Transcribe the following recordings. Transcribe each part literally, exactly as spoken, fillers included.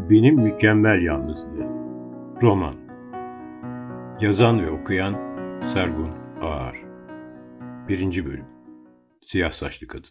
Benim Mükemmel Yalnızlığım. Roman. Yazan ve okuyan Sergun Ağar. Birinci Bölüm. Siyah saçlı kadın.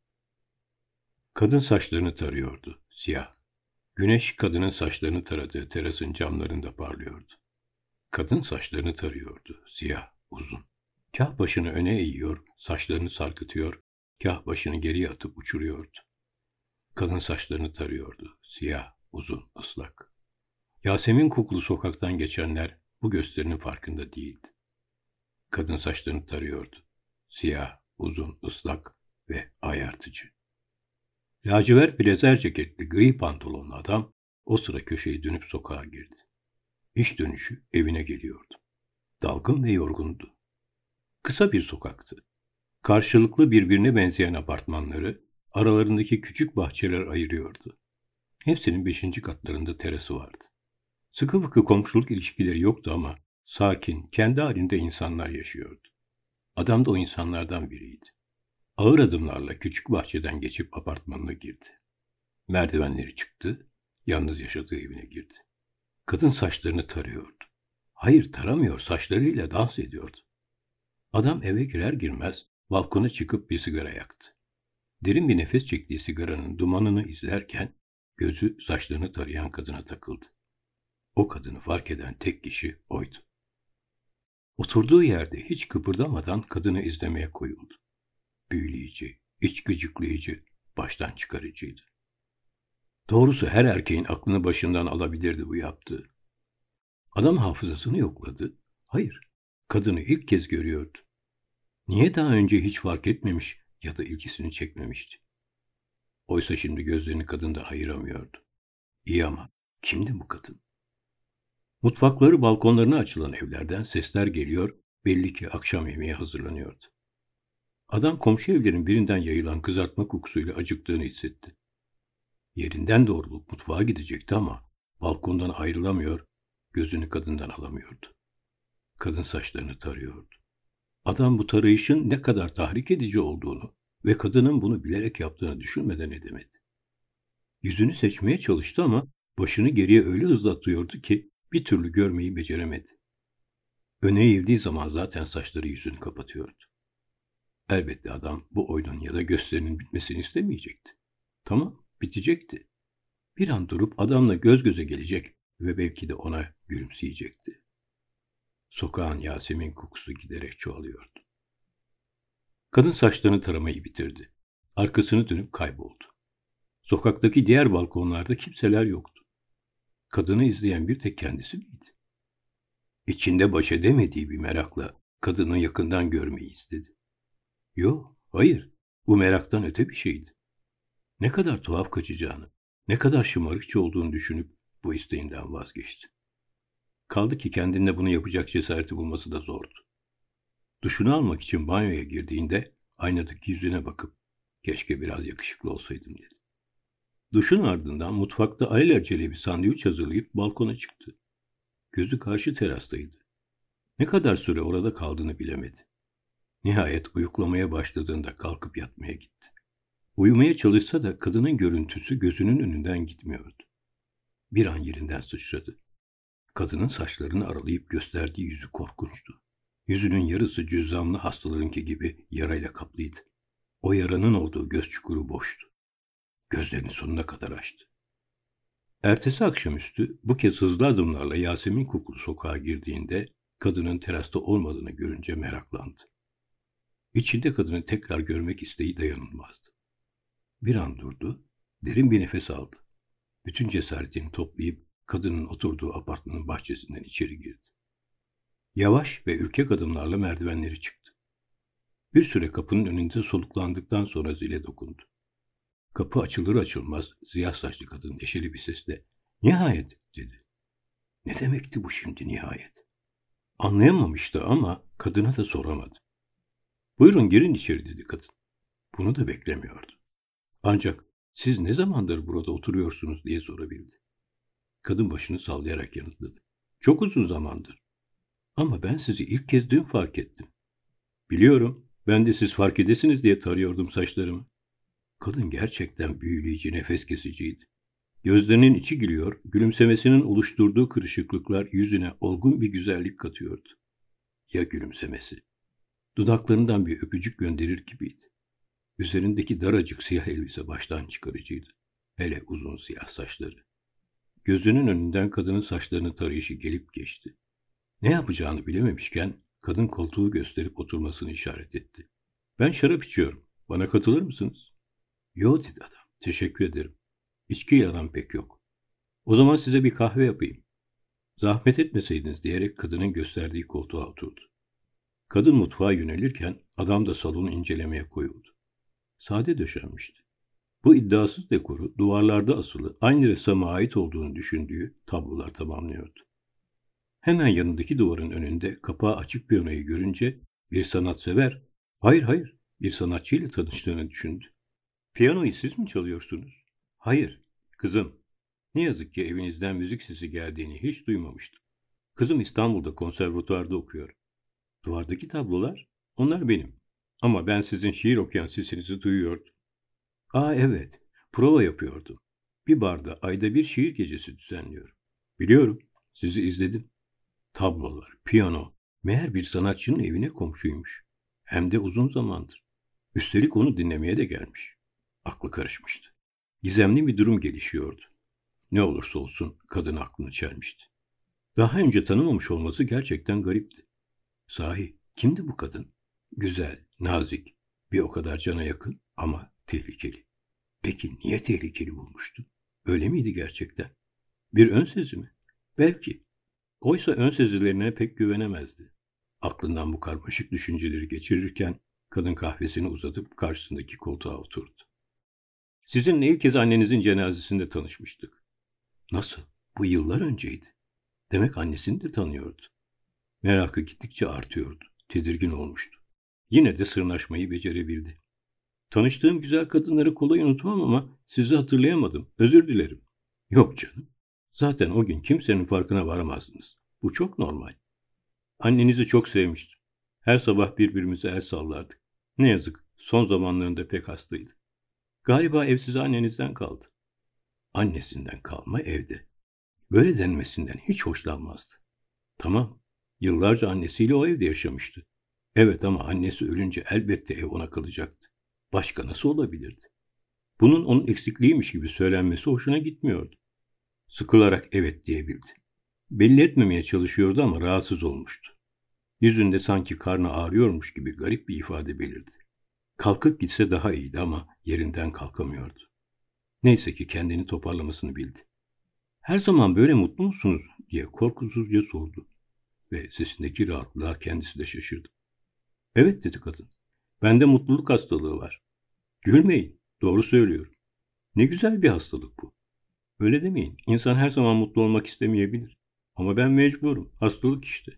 Kadın saçlarını tarıyordu, siyah. Güneş kadının saçlarını taradığı terasın camlarında parlıyordu. Kadın saçlarını tarıyordu, siyah, uzun. Kah başını öne eğiyor, saçlarını sarkıtıyor, kah başını geriye atıp uçuruyordu. Kadın saçlarını tarıyordu, siyah, uzun, ıslak. Yasemin kokulu sokaktan geçenler bu gösterinin farkında değildi. Kadın saçlarını tarıyordu, siyah, uzun, ıslak ve ayartıcı. Lacivert blazer ceketli gri pantolonlu adam o sıra köşeyi dönüp sokağa girdi. İş dönüşü evine geliyordu. Dalgın ve yorgundu. Kısa bir sokaktı. Karşılıklı birbirine benzeyen apartmanları aralarındaki küçük bahçeler ayırıyordu. Hepsinin beşinci katlarında terası vardı. Sıkı fıkı komşuluk ilişkileri yoktu ama sakin, kendi halinde insanlar yaşıyordu. Adam da o insanlardan biriydi. Ağır adımlarla küçük bahçeden geçip apartmanına girdi. Merdivenleri çıktı, yalnız yaşadığı evine girdi. Kadın saçlarını tarıyordu. Hayır, taramıyor, saçlarıyla dans ediyordu. Adam eve girer girmez balkona çıkıp bir sigara yaktı. Derin bir nefes çektiği sigaranın dumanını izlerken gözü saçlarını tarayan kadına takıldı. O kadını fark eden tek kişi oydu. Oturduğu yerde hiç kıpırdamadan kadını izlemeye koyuldu. Büyüleyici, iç gıcıklayıcı, baştan çıkarıcıydı. Doğrusu her erkeğin aklını başından alabilirdi bu yaptığı. Adam hafızasını yokladı. Hayır, kadını ilk kez görüyordu. Niye daha önce hiç fark etmemiş ya da ilgisini çekmemişti? Oysa şimdi gözlerini kadından ayıramıyordu. İyi ama kimdi bu kadın? Mutfakları balkonlarına açılan evlerden sesler geliyor, belli ki akşam yemeğe hazırlanıyordu. Adam komşu evlerin birinden yayılan kızartma kokusuyla acıktığını hissetti. Yerinden doğrulup mutfağa gidecekti ama balkondan ayrılamıyor, gözünü kadından alamıyordu. Kadın saçlarını tarıyordu. Adam bu tarayışın ne kadar tahrik edici olduğunu ve kadının bunu bilerek yaptığını düşünmeden edemedi. Yüzünü seçmeye çalıştı ama başını geriye öyle hızlı atıyordu ki bir türlü görmeyi beceremedi. Öne eğildiği zaman zaten saçları yüzünü kapatıyordu. Elbette adam bu oyunun ya da gösterinin bitmesini istemeyecekti. Tamam, bitecekti. Bir an durup adamla göz göze gelecek ve belki de ona gülümseyecekti. Sokağın Yasemin kokusu giderek çoğalıyordu. Kadın saçlarını taramayı bitirdi. Arkasını dönüp kayboldu. Sokaktaki diğer balkonlarda kimseler yoktu. Kadını izleyen bir tek kendisi miydi? İçinde baş edemediği bir merakla kadını yakından görmeyi istedi. Yok, hayır, bu meraktan öte bir şeydi. Ne kadar tuhaf kaçacağını, ne kadar şımarıkça olduğunu düşünüp bu isteğinden vazgeçti. Kaldı ki kendinde bunu yapacak cesareti bulması da zordu. Duşunu almak için banyoya girdiğinde aynadaki yüzüne bakıp keşke biraz yakışıklı olsaydım dedi. Duşun ardından mutfakta alelacele bir sandviç hazırlayıp balkona çıktı. Gözü karşı terastaydı. Ne kadar süre orada kaldığını bilemedi. Nihayet uyuklamaya başladığında kalkıp yatmaya gitti. Uyumaya çalışsa da kadının görüntüsü gözünün önünden gitmiyordu. Bir an yerinden sıçradı. Kadının saçlarını aralayıp gösterdiği yüzü korkunçtu. Yüzünün yarısı cüzzamlı hastalarınki gibi yarayla kaplıydı. O yaranın olduğu göz çukuru boştu. Gözlerini sonuna kadar açtı. Ertesi akşamüstü bu kez hızlı adımlarla Yasemin kokulu sokağa girdiğinde kadının terasta olmadığını görünce meraklandı. İçinde kadını tekrar görmek isteği dayanılmazdı. Bir an durdu, derin bir nefes aldı. Bütün cesaretini toplayıp kadının oturduğu apartmanın bahçesinden içeri girdi. Yavaş ve ürkek adımlarla merdivenleri çıktı. Bir süre kapının önünde soluklandıktan sonra zile dokundu. Kapı açılır açılmaz siyah saçlı kadın neşeli bir sesle "Nihayet" dedi. Ne demekti bu şimdi nihayet? Anlayamamıştı ama kadına da soramadı. "Buyurun girin içeri" dedi kadın. Bunu da beklemiyordu. Ancak "Siz ne zamandır burada oturuyorsunuz?" diye sorabildi. Kadın başını sallayarak yanıtladı. "Çok uzun zamandır. Ama ben sizi ilk kez dün fark ettim." "Biliyorum, ben de siz fark edesiniz diye tarıyordum saçlarımı." Kadın gerçekten büyüleyici, nefes kesiciydi. Gözlerinin içi gülüyor, gülümsemesinin oluşturduğu kırışıklıklar yüzüne olgun bir güzellik katıyordu. Ya gülümsemesi? Dudaklarından bir öpücük gönderir gibiydi. Üzerindeki daracık siyah elbise baştan çıkarıcıydı. Hele uzun siyah saçları. Gözünün önünden kadının saçlarını tarayışı gelip geçti. Ne yapacağını bilememişken kadın koltuğu gösterip oturmasını işaret etti. Ben şarap içiyorum. Bana katılır mısınız? Yo dedi adam. Teşekkür ederim. İçkiyle aram pek yok. O zaman size bir kahve yapayım. Zahmet etmeseydiniz diyerek kadının gösterdiği koltuğa oturdu. Kadın mutfağa yönelirken adam da salonu incelemeye koyuldu. Sade döşenmişti. Bu iddiasız dekoru duvarlarda asılı aynı ressama ait olduğunu düşündüğü tablolar tamamlıyordu. Hemen yanındaki duvarın önünde kapağı açık piyanoyu görünce bir sanatsever, hayır hayır bir sanatçıyla tanıştığını düşündü. Piyanoyu siz mi çalıyorsunuz? Hayır, kızım. Ne yazık ki evinizden müzik sesi geldiğini hiç duymamıştım. Kızım İstanbul'da konservatuvarda okuyor. Duvardaki tablolar, onlar benim. Ama ben sizin şiir okuyan sesinizi duyuyordum. Aa evet, prova yapıyordum. Bir barda ayda bir şiir gecesi düzenliyorum. Biliyorum, sizi izledim. Tablolar, piyano, meğer bir sanatçının evine komşuymuş. Hem de uzun zamandır. Üstelik onu dinlemeye de gelmiş. Aklı karışmıştı. Gizemli bir durum gelişiyordu. Ne olursa olsun kadın aklını çelmişti. Daha önce tanımamış olması gerçekten garipti. Sahi kimdi bu kadın? Güzel, nazik, bir o kadar cana yakın ama tehlikeli. Peki niye tehlikeli bulmuştu? Öyle miydi gerçekten? Bir ön sezi mi? Belki. Oysa ön sezilerine pek güvenemezdi. Aklından bu karmaşık düşünceleri geçirirken kadın kahvesini uzatıp karşısındaki koltuğa oturdu. Sizinle ilk kez annenizin cenazesinde tanışmıştık. Nasıl? Bu yıllar önceydi. Demek annesini de tanıyordu. Merakı gittikçe artıyordu. Tedirgin olmuştu. Yine de sırnaşmayı becerebildi. Tanıştığım güzel kadınları kolay unutmam ama sizi hatırlayamadım. Özür dilerim. Yok canım. Zaten o gün kimsenin farkına varamazdınız. Bu çok normal. Annenizi çok sevmiştim. Her sabah birbirimize el sallardık. Ne yazık son zamanlarında pek hastaydı. Galiba ev size annenizden kaldı. Annesinden kalma evde. Böyle denmesinden hiç hoşlanmazdı. Tamam, yıllarca annesiyle o evde yaşamıştı. Evet ama annesi ölünce elbette ev ona kalacaktı. Başka nasıl olabilirdi? Bunun onun eksikliğiymiş gibi söylenmesi hoşuna gitmiyordu. Sıkılarak evet diyebildi. Belli etmemeye çalışıyordu ama rahatsız olmuştu. Yüzünde sanki karnı ağrıyormuş gibi garip bir ifade belirdi. Kalkıp gitse daha iyiydi ama yerinden kalkamıyordu. Neyse ki kendini toparlamasını bildi. Her zaman böyle mutlu musunuz diye korkusuzca sordu. Ve sesindeki rahatlığa kendisi de şaşırdı. Evet dedi kadın. Bende mutluluk hastalığı var. Gülmeyin. Doğru söylüyorum. Ne güzel bir hastalık bu. Öyle demeyin. İnsan her zaman mutlu olmak istemeyebilir. Ama ben mecburum. Hastalık işte.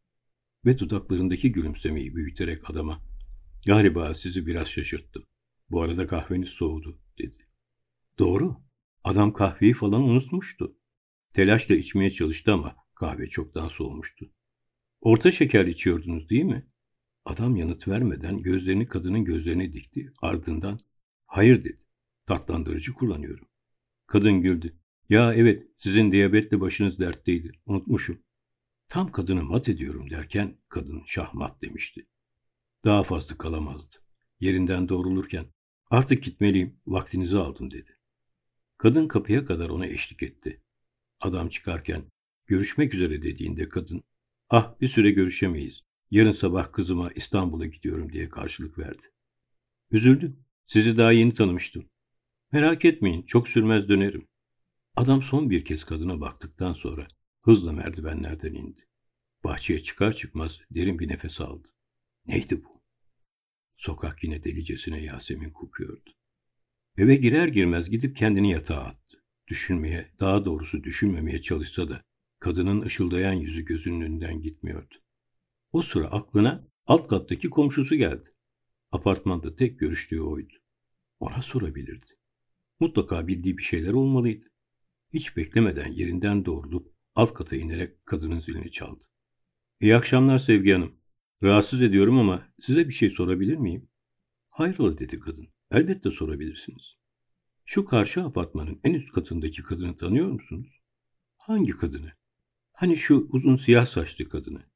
Ve dudaklarındaki gülümsemeyi büyüterek adama galiba sizi biraz şaşırttım. Bu arada kahveniz soğudu dedi. Doğru. Adam kahveyi falan unutmuştu. Telaşla içmeye çalıştı ama kahve çoktan soğumuştu. Orta şeker içiyordunuz değil mi? Adam yanıt vermeden gözlerini kadının gözlerine dikti. Ardından hayır dedi. Tatlandırıcı kullanıyorum. Kadın güldü. Ya evet sizin diyabetle başınız dertteydi. Unutmuşum. Tam kadını mat ediyorum derken kadın şahmat demişti. Daha fazla kalamazdı. Yerinden doğrulurken artık gitmeliyim vaktinizi aldım dedi. Kadın kapıya kadar ona eşlik etti. Adam çıkarken görüşmek üzere dediğinde kadın ah bir süre görüşemeyiz. Yarın sabah kızıma İstanbul'a gidiyorum diye karşılık verdi. Üzüldüm. Sizi daha yeni tanımıştım. Merak etmeyin çok sürmez dönerim. Adam son bir kez kadına baktıktan sonra hızla merdivenlerden indi. Bahçeye çıkar çıkmaz derin bir nefes aldı. Neydi bu? Sokak yine delicesine Yasemin kokuyordu. Eve girer girmez gidip kendini yatağa attı. Düşünmeye, daha doğrusu düşünmemeye çalışsa da kadının ışıldayan yüzü gözünün önünden gitmiyordu. O sıra aklına alt kattaki komşusu geldi. Apartmanda tek görüştüğü oydu. Ona sorabilirdi. Mutlaka bildiği bir şeyler olmalıydı. Hiç beklemeden yerinden doğrulup alt kata inerek kadının zilini çaldı. İyi akşamlar Sevgi Hanım. Rahatsız ediyorum ama size bir şey sorabilir miyim? Hayrola dedi kadın. Elbette sorabilirsiniz. Şu karşı apartmanın en üst katındaki kadını tanıyor musunuz? Hangi kadını? Hani şu uzun siyah saçlı kadını.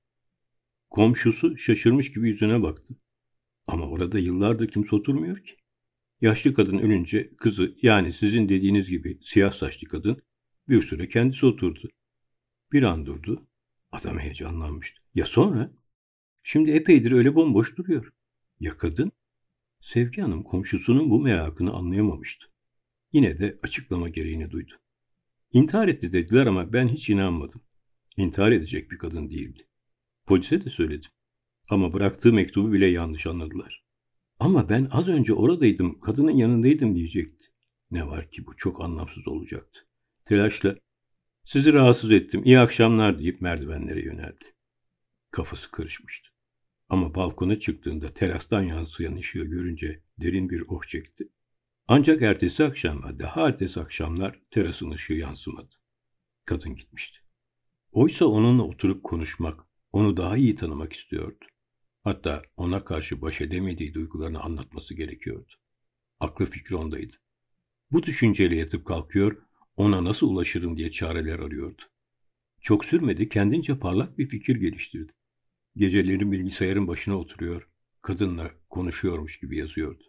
Komşusu şaşırmış gibi yüzüne baktı. Ama orada yıllardır kimse oturmuyor ki. Yaşlı kadın ölünce kızı, yani sizin dediğiniz gibi siyah saçlı kadın, bir süre kendisi oturdu. Bir an durdu. Adam heyecanlanmıştı. Ya sonra? Şimdi epeydir öyle bomboş duruyor. Ya kadın? Sevgi Hanım komşusunun bu merakını anlayamamıştı. Yine de açıklama gereğini duydu. İntihar etti dediler ama ben hiç inanmadım. İntihar edecek bir kadın değildi. Polise de söyledim. Ama bıraktığı mektubu bile yanlış anladılar. Ama ben az önce oradaydım, kadının yanındaydım diyecekti. Ne var ki bu çok anlamsız olacaktı. Telaşla, sizi rahatsız ettim, iyi akşamlar deyip merdivenlere yöneldi. Kafası karışmıştı. Ama balkona çıktığında terastan yansıyan ışığı görünce derin bir oh çekti. Ancak ertesi akşam ve daha ertesi akşamlar terasın ışığı yansımadı. Kadın gitmişti. Oysa onunla oturup konuşmak, onu daha iyi tanımak istiyordu. Hatta ona karşı baş edemediği duygularını anlatması gerekiyordu. Aklı fikri ondaydı. Bu düşünceyle yatıp kalkıyor, ona nasıl ulaşırım diye çareler arıyordu. Çok sürmedi, kendince parlak bir fikir geliştirdi. Geceleri bilgisayarın başına oturuyor, kadınla konuşuyormuş gibi yazıyordu.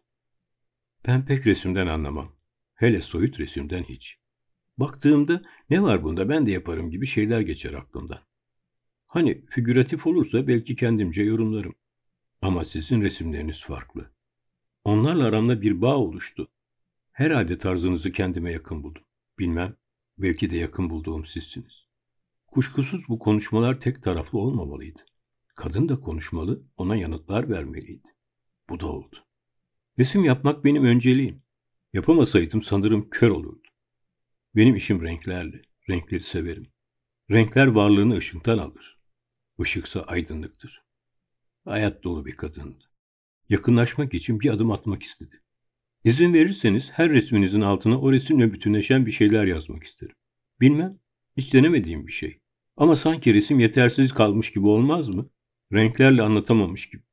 Ben pek resimden anlamam. Hele soyut resimden hiç. Baktığımda ne var bunda ben de yaparım gibi şeyler geçer aklımdan. Hani figüratif olursa belki kendimce yorumlarım. Ama sizin resimleriniz farklı. Onlarla aramda bir bağ oluştu. Herhalde tarzınızı kendime yakın buldum. Bilmem, belki de yakın bulduğum sizsiniz. Kuşkusuz bu konuşmalar tek taraflı olmamalıydı. Kadın da konuşmalı, ona yanıtlar vermeliydi. Bu da oldu. Resim yapmak benim önceliğim. Yapamasaydım sanırım kör olurdu. Benim işim renklerle, renkleri severim. Renkler varlığını ışıktan alır. Işıksa aydınlıktır. Hayat dolu bir kadındı. Yakınlaşmak için bir adım atmak istedi. İzin verirseniz her resminizin altına o resimle bütünleşen bir şeyler yazmak isterim. Bilmem, hiç denemediğim bir şey. Ama sanki resim yetersiz kalmış gibi olmaz mı? Renklerle anlatamamış gibi.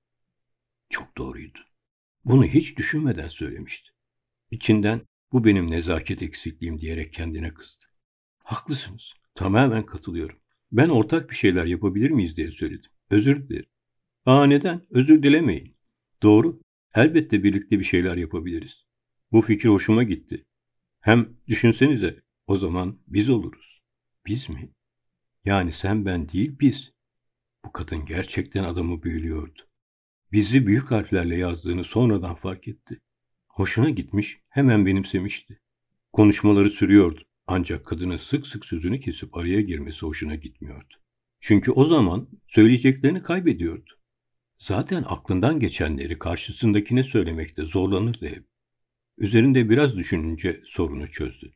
Çok doğruydu. Bunu hiç düşünmeden söylemişti. İçinden bu benim nezaket eksikliğim diyerek kendine kızdı. Haklısınız. Tamamen katılıyorum. Ben ortak bir şeyler yapabilir miyiz diye söyledim. Özür dilerim. Aa neden? Özür dilemeyin. Doğru. Elbette birlikte bir şeyler yapabiliriz. Bu fikir hoşuma gitti. Hem düşünsenize, o zaman biz oluruz. Biz mi? Yani sen ben değil biz. Bu kadın gerçekten adamı büyülüyordu. Bizi büyük harflerle yazdığını sonradan fark etti. Hoşuna gitmiş, hemen benimsemişti. Konuşmaları sürüyordu. Ancak kadının sık sık sözünü kesip araya girmesi hoşuna gitmiyordu. Çünkü o zaman söyleyeceklerini kaybediyordu. Zaten aklından geçenleri karşısındakine söylemekte zorlanırdı hep. Üzerinde biraz düşününce sorunu çözdü.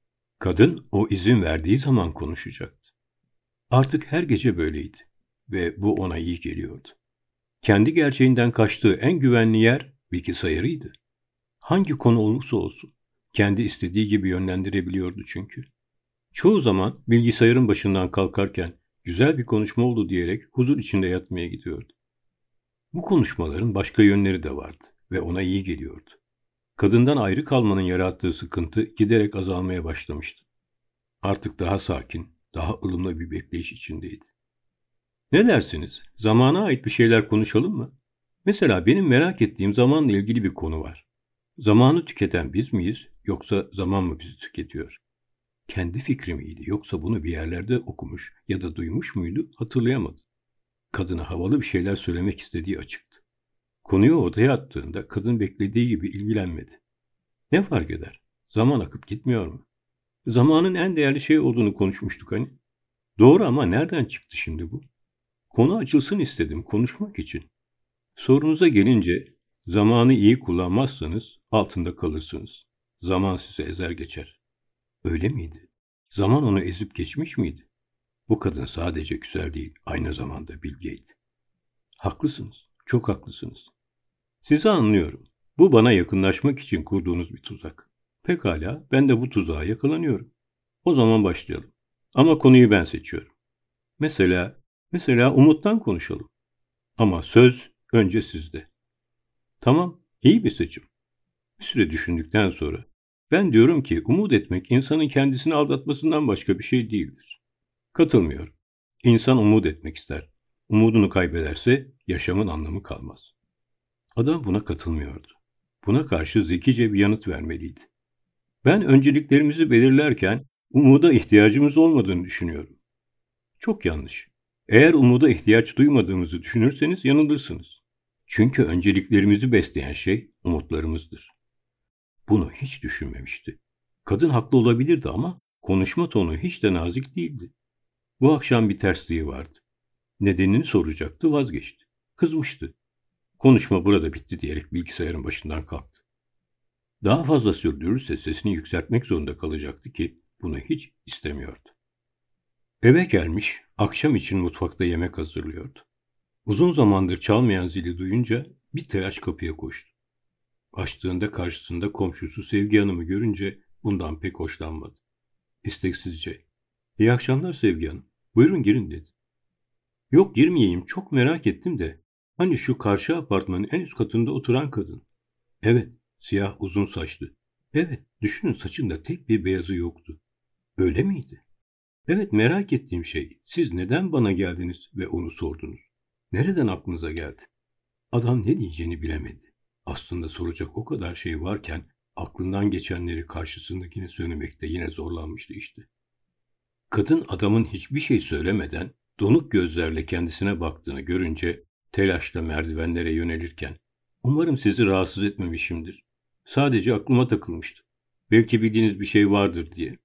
Kadın o izin verdiği zaman konuşacaktı. Artık her gece böyleydi ve bu ona iyi geliyordu. Kendi gerçeğinden kaçtığı en güvenli yer bilgisayarıydı. Hangi konu olursa olsun kendi istediği gibi yönlendirebiliyordu çünkü. Çoğu zaman bilgisayarın başından kalkarken güzel bir konuşma oldu diyerek huzur içinde yatmaya gidiyordu. Bu konuşmaların başka yönleri de vardı ve ona iyi geliyordu. Kadından ayrı kalmanın yarattığı sıkıntı giderek azalmaya başlamıştı. Artık daha sakin, daha ılımlı bir bekleyiş içindeydi. Ne dersiniz? Zamana ait bir şeyler konuşalım mı? Mesela benim merak ettiğim zamanla ilgili bir konu var. Zamanı tüketen biz miyiz, yoksa zaman mı bizi tüketiyor? Kendi fikri miydi, yoksa bunu bir yerlerde okumuş ya da duymuş muydu, hatırlayamadı. Kadına havalı bir şeyler söylemek istediği açıktı. Konuyu ortaya attığında kadın beklediği gibi ilgilenmedi. Ne fark eder? Zaman akıp gitmiyor mu? Zamanın en değerli şey olduğunu konuşmuştuk hani. Doğru ama nereden çıktı şimdi bu? Konu açılsın istedim konuşmak için. Sorunuza gelince, zamanı iyi kullanmazsanız altında kalırsınız. Zaman sizi ezer geçer. Öyle miydi? Zaman onu ezip geçmiş miydi? Bu kadın sadece güzel değil, aynı zamanda bilgeydi. Haklısınız, çok haklısınız. Sizi anlıyorum. Bu bana yakınlaşmak için kurduğunuz bir tuzak. Pekala, ben de bu tuzağa yakalanıyorum. O zaman başlayalım. Ama konuyu ben seçiyorum. Mesela, mesela umuttan konuşalım. Ama söz önce sizde. Tamam, iyi bir seçim. Bir süre düşündükten sonra, Ben diyorum ki umut etmek insanın kendisini aldatmasından başka bir şey değildir. Katılmıyorum. İnsan umut etmek ister. Umudunu kaybederse yaşamın anlamı kalmaz. Adam buna katılmıyordu. Buna karşı zekice bir yanıt vermeliydi. Ben önceliklerimizi belirlerken umuda ihtiyacımız olmadığını düşünüyorum. Çok yanlış. Eğer umuda ihtiyaç duymadığımızı düşünürseniz yanılırsınız. Çünkü önceliklerimizi besleyen şey umutlarımızdır. Bunu hiç düşünmemişti. Kadın haklı olabilirdi ama konuşma tonu hiç de nazik değildi. Bu akşam bir tersliği vardı. Nedenini soracaktı, vazgeçti. Kızmıştı. Konuşma burada bitti diyerek bilgisayarın başından kalktı. Daha fazla sürdürürse sesini yükseltmek zorunda kalacaktı ki bunu hiç istemiyordu. Eve gelmiş, akşam için mutfakta yemek hazırlıyordu. Uzun zamandır çalmayan zili duyunca bir telaş kapıya koştu. Açtığında karşısında komşusu Sevgi Hanım'ı görünce bundan pek hoşlanmadı. İsteksizce, "İyi akşamlar Sevgi Hanım, buyurun girin" dedi. "Yok girmeyeyim, çok merak ettim de, hani şu karşı apartmanın en üst katında oturan kadın." "Evet, siyah uzun saçlı." "Evet, düşünün saçında tek bir beyazı yoktu." "Öyle miydi?" "Evet, merak ettiğim şey, siz neden bana geldiniz ve onu sordunuz? Nereden aklınıza geldi?" Adam ne diyeceğini bilemedi. Aslında soracak o kadar şey varken aklından geçenleri karşısındakine söylemekte yine zorlanmıştı işte. Kadın adamın hiçbir şey söylemeden donuk gözlerle kendisine baktığını görünce telaşla merdivenlere yönelirken "Umarım sizi rahatsız etmemişimdir. Sadece aklıma takılmıştı. Belki bildiğiniz bir şey vardır" diye.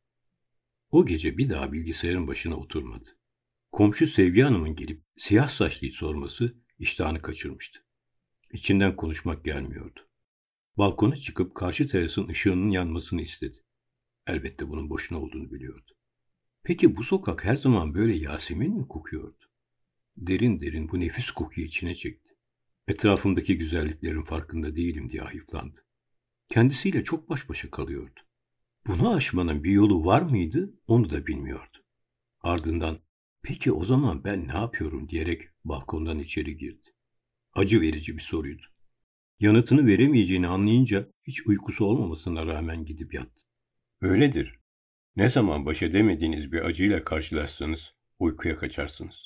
O gece bir daha bilgisayarın başına oturmadı. Komşu Sevgi Hanım'ın gelip siyah saçlıyı sorması iştahını kaçırmıştı. İçinden konuşmak gelmiyordu. Balkona çıkıp karşı terasın ışığının yanmasını istedi. Elbette bunun boşuna olduğunu biliyordu. Peki bu sokak her zaman böyle Yasemin mi kokuyordu? Derin derin bu nefis kokuyu içine çekti. Etrafımdaki güzelliklerin farkında değilim diye hayıflandı. Kendisiyle çok baş başa kalıyordu. Bunu aşmanın bir yolu var mıydı onu da bilmiyordu. Ardından "Peki o zaman ben ne yapıyorum?" diyerek balkondan içeri girdi. Acı verici bir soruydu. Yanıtını veremeyeceğini anlayınca hiç uykusu olmamasına rağmen gidip yattı. Öyledir. Ne zaman baş edemediğiniz bir acıyla karşılaşsanız uykuya kaçarsınız.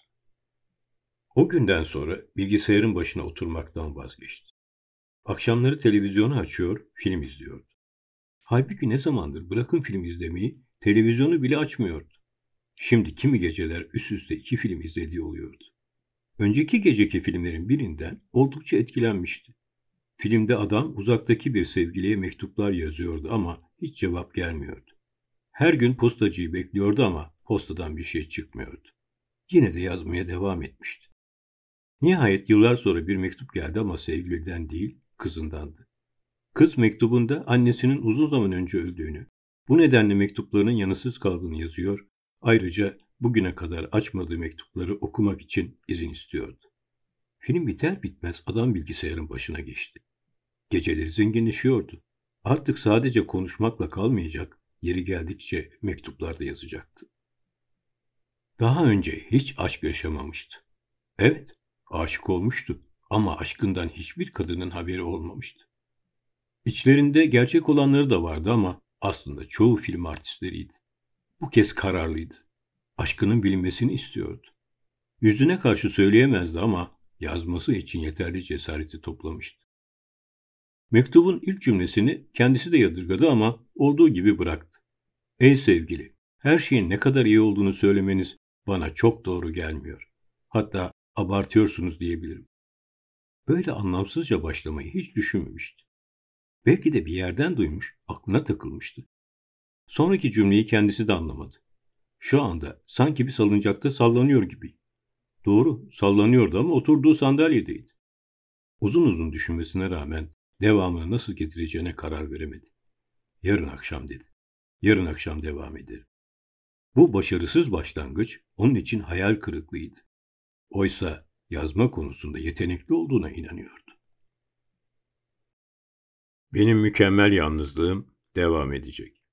O günden sonra bilgisayarın başına oturmaktan vazgeçti. Akşamları televizyonu açıyor, film izliyordu. Halbuki ne zamandır bırakın film izlemeyi, televizyonu bile açmıyordu. Şimdi kimi geceler üst üste iki film izlediği oluyordu. Önceki geceki filmlerin birinden oldukça etkilenmişti. Filmde adam uzaktaki bir sevgiliye mektuplar yazıyordu ama hiç cevap gelmiyordu. Her gün postacıyı bekliyordu ama postadan bir şey çıkmıyordu. Yine de yazmaya devam etmişti. Nihayet yıllar sonra bir mektup geldi ama sevgiliden değil, kızındandı. Kız mektubunda annesinin uzun zaman önce öldüğünü, bu nedenle mektuplarının yanısız kaldığını yazıyor, ayrıca bugüne kadar açmadığı mektupları okumak için izin istiyordu. Film biter bitmez adam bilgisayarın başına geçti. Geceleri zenginleşiyordu. Artık sadece konuşmakla kalmayacak, yeri geldikçe mektuplarda yazacaktı. Daha önce hiç aşk yaşamamıştı. Evet, aşık olmuştu ama aşkından hiçbir kadının haberi olmamıştı. İçlerinde gerçek olanları da vardı ama aslında çoğu film artistleriydi. Bu kez kararlıydı. Aşkının bilinmesini istiyordu. Yüzüne karşı söyleyemezdi ama yazması için yeterli cesareti toplamıştı. Mektubun ilk cümlesini kendisi de yadırgadı ama olduğu gibi bıraktı. "Ey sevgili, her şeyin ne kadar iyi olduğunu söylemeniz bana çok doğru gelmiyor. Hatta abartıyorsunuz diyebilirim." Böyle anlamsızca başlamayı hiç düşünmemişti. Belki de bir yerden duymuş, aklına takılmıştı. Sonraki cümleyi kendisi de anlamadı. Şu anda sanki bir salıncakta sallanıyor gibi. Doğru, sallanıyordu ama oturduğu sandalyedeydi. Uzun uzun düşünmesine rağmen devamını nasıl getireceğine karar veremedi. "Yarın akşam" dedi. "Yarın akşam devam ederim." Bu başarısız başlangıç onun için hayal kırıklığıydı. Oysa yazma konusunda yetenekli olduğuna inanıyordu. Benim mükemmel yalnızlığım devam edecek.